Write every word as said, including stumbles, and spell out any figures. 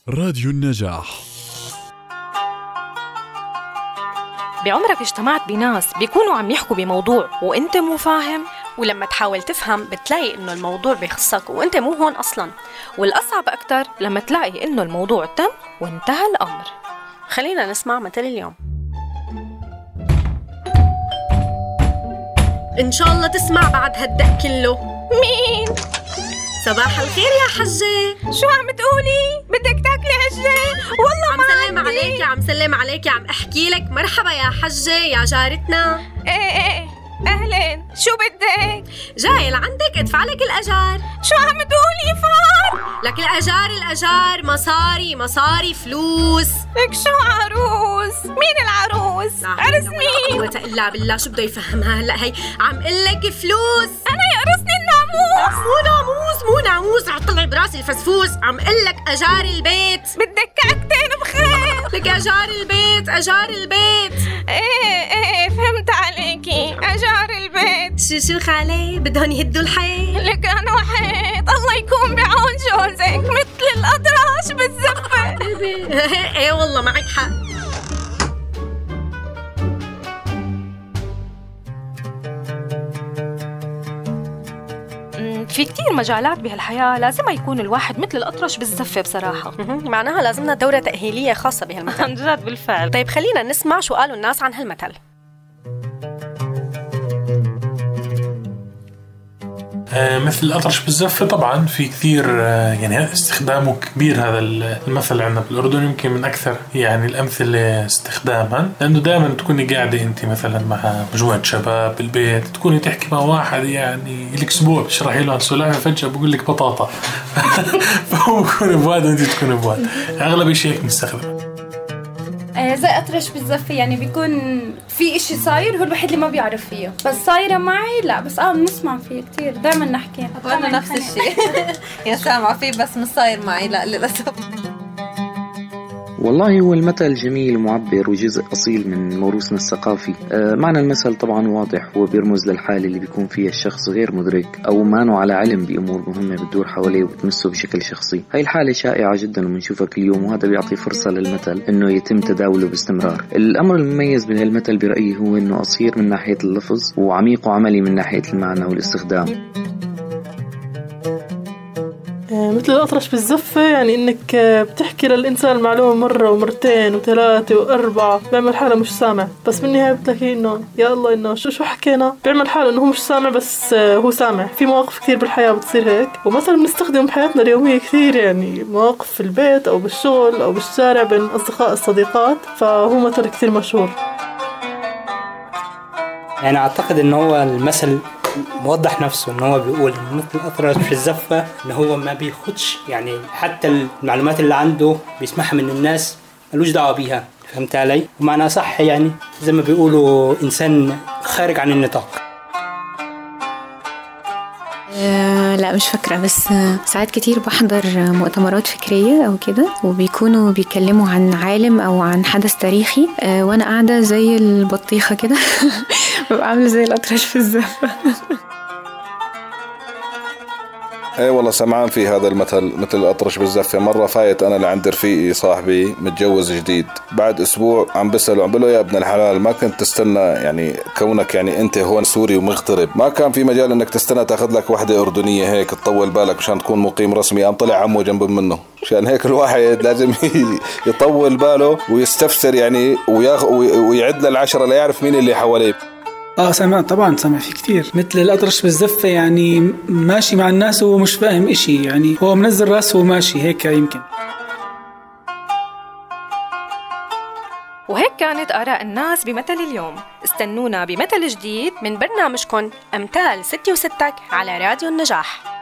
راديو النجاح. بعمرك اجتمعت بناس بيكونوا عم يحكوا بموضوع وانت مو فاهم، ولما تحاول تفهم بتلاقي انه الموضوع بيخصك وانت مو هون اصلا، والأصعب أكتر لما تلاقي إنه الموضوع تم وانتهى الأمر. خلينا نسمع مثل اليوم. ان شاء الله تسمع بعد هالدق كله. مين؟ صباح الخير يا حجة. شو عم تقولي؟ بدك تاكلي حجة؟ والله عم سلم عليك، عم سلم عليك، عم احكي لك مرحبا يا حجة يا جارتنا. ايه ايه اهلين، شو بدك؟ جاي لعندك ادفع لك الاجار. شو عم تقولي فار؟ لك الاجار الاجار مصاري مصاري فلوس. لك شو عروس؟ مين العروس؟ عرس مين؟ لا قوة الا بالله، شو بده يفهمها هلا هي؟ عم قلك فلوس. انا يقرصني الناموس. مو ناموس مو ناموس، عم طلع براسي الفسفوس. عم قلك اجار البيت. بدك كعكتين بخير. لك اجار البيت اجار البيت. ايه ايه فهمت عليكي، اجار البيت. شو شو خالي بدهم يهدوا الحيط. لك انا وحيط الله يكون بعون جوزك، مثل الاطراش بالزفه. ايه والله معك حق. في كتير مجالات بهالحياة لازم يكون الواحد مثل الأطرش بالزفة بصراحة. معناها لازمنا دورة تأهيلية خاصة بهالمثل. عن جد بالفعل. طيب خلينا نسمع شو قالوا الناس عن هالمثل. آه مثل الأطرش بالزفة، طبعا في كثير آه يعني استخدامه كبير هذا المثل عندنا بالأردن، يمكن من أكثر يعني الأمثلة استخداما، لأنه دائما تكوني قاعدة أنت مثلا مع مجموعة شباب بالبيت، تكوني تحكي مع واحد يعني لك أسبوع بتشرحي له عن سلافة، فجأة بقول لك بطاطا. فهو بكون بواد وأنت تكون بواد، أغلب الشيء هيك نستخدمه. زي أطرش بالزفة، يعني بيكون في إشي صاير هو الوحيد اللي ما بيعرف فيه، بس صايرة معي لا، بس آه بنسمع فيه كتير، دائما نحكي. وأنا نفس الشيء. يا سامع فيه بس مش صاير معي لا للأسف. والله هو المثل جميل ومعبر وجزء أصيل من موروثنا الثقافي. آه معنى المثل طبعا واضح، هو بيرمز للحالة اللي بيكون فيها الشخص غير مدرك أو مانو على علم بأمور مهمة بتدور حواليه وبتمسه بشكل شخصي. هاي الحالة شائعة جدا وبنشوفها كل يوم، وهذا بيعطي فرصة للمثل إنه يتم تداوله باستمرار. الأمر المميز بهالمثل برأيي هو إنه قصير من ناحية اللفظ وعميق وعملي من ناحية المعنى والاستخدام. مثل الأطرش بالزفة، يعني إنك بتحكي للإنسان المعلومة مرة ومرتين وثلاثة وأربعة، بيعمل حاله مش سامع، بس بالنهاية بتلاقي إنه يا الله إنه شو شو حكينا، بيعمل حاله إنه هو مش سامع بس هو سامع. في مواقف كثير بالحياة بتصير هيك، ومثلا بنستخدم بحياتنا اليومية كثير، يعني مواقف في البيت أو بالشغل أو بالشارع بين أصدقاء الصديقات، فهو مثل كثير مشهور. يعني أعتقد إنه هو المثل موضح نفسه، إنه هو بيقول مثل الأطرش في الزفة، إنه هو ما بيخدش يعني حتى المعلومات اللي عنده بيسمعها من الناس ملوش دعوة بيها. فهمت علي؟ ومعنى صح، يعني زي ما بيقولوا إنسان خارج عن النطاق. أه لا مش فاكرة، بس ساعات كتير بحضر مؤتمرات فكرية أو كده، وبيكونوا بيتكلموا عن عالم أو عن حدث تاريخي، أه وأنا قاعدة زي البطيخة كده ببقى عاملة زي الأطرش في الزفة. اي والله سمعان في هذا المثل مثل الأطرش بالزفة. مرة فايت أنا لعند رفيقي صاحبي متجوز جديد، بعد أسبوع عم بسأله، عم بقول له يا ابن الحلال ما كنت تستنى يعني كونك يعني أنت هون سوري ومغترب، ما كان في مجال إنك تستنى تاخذ لك وحدة أردنية هيك تطول بالك مشان تكون مقيم رسمي؟ قام طلع عمه جنب منه. عشان هيك الواحد لازم يطول باله ويستفسر يعني ويعد للعشرة ليعرف مين اللي حواليه. اه سمع طبعا، سمع في كتير. مثل الأطرش بالزفة، يعني ماشي مع الناس وهو مش فاهم اشي، يعني هو منزل راسه وماشي هيك يمكن. وهيك كانت آراء الناس بمثل اليوم. استنونا بمثل جديد من برنامجكم أمثال ستي وستك على راديو النجاح.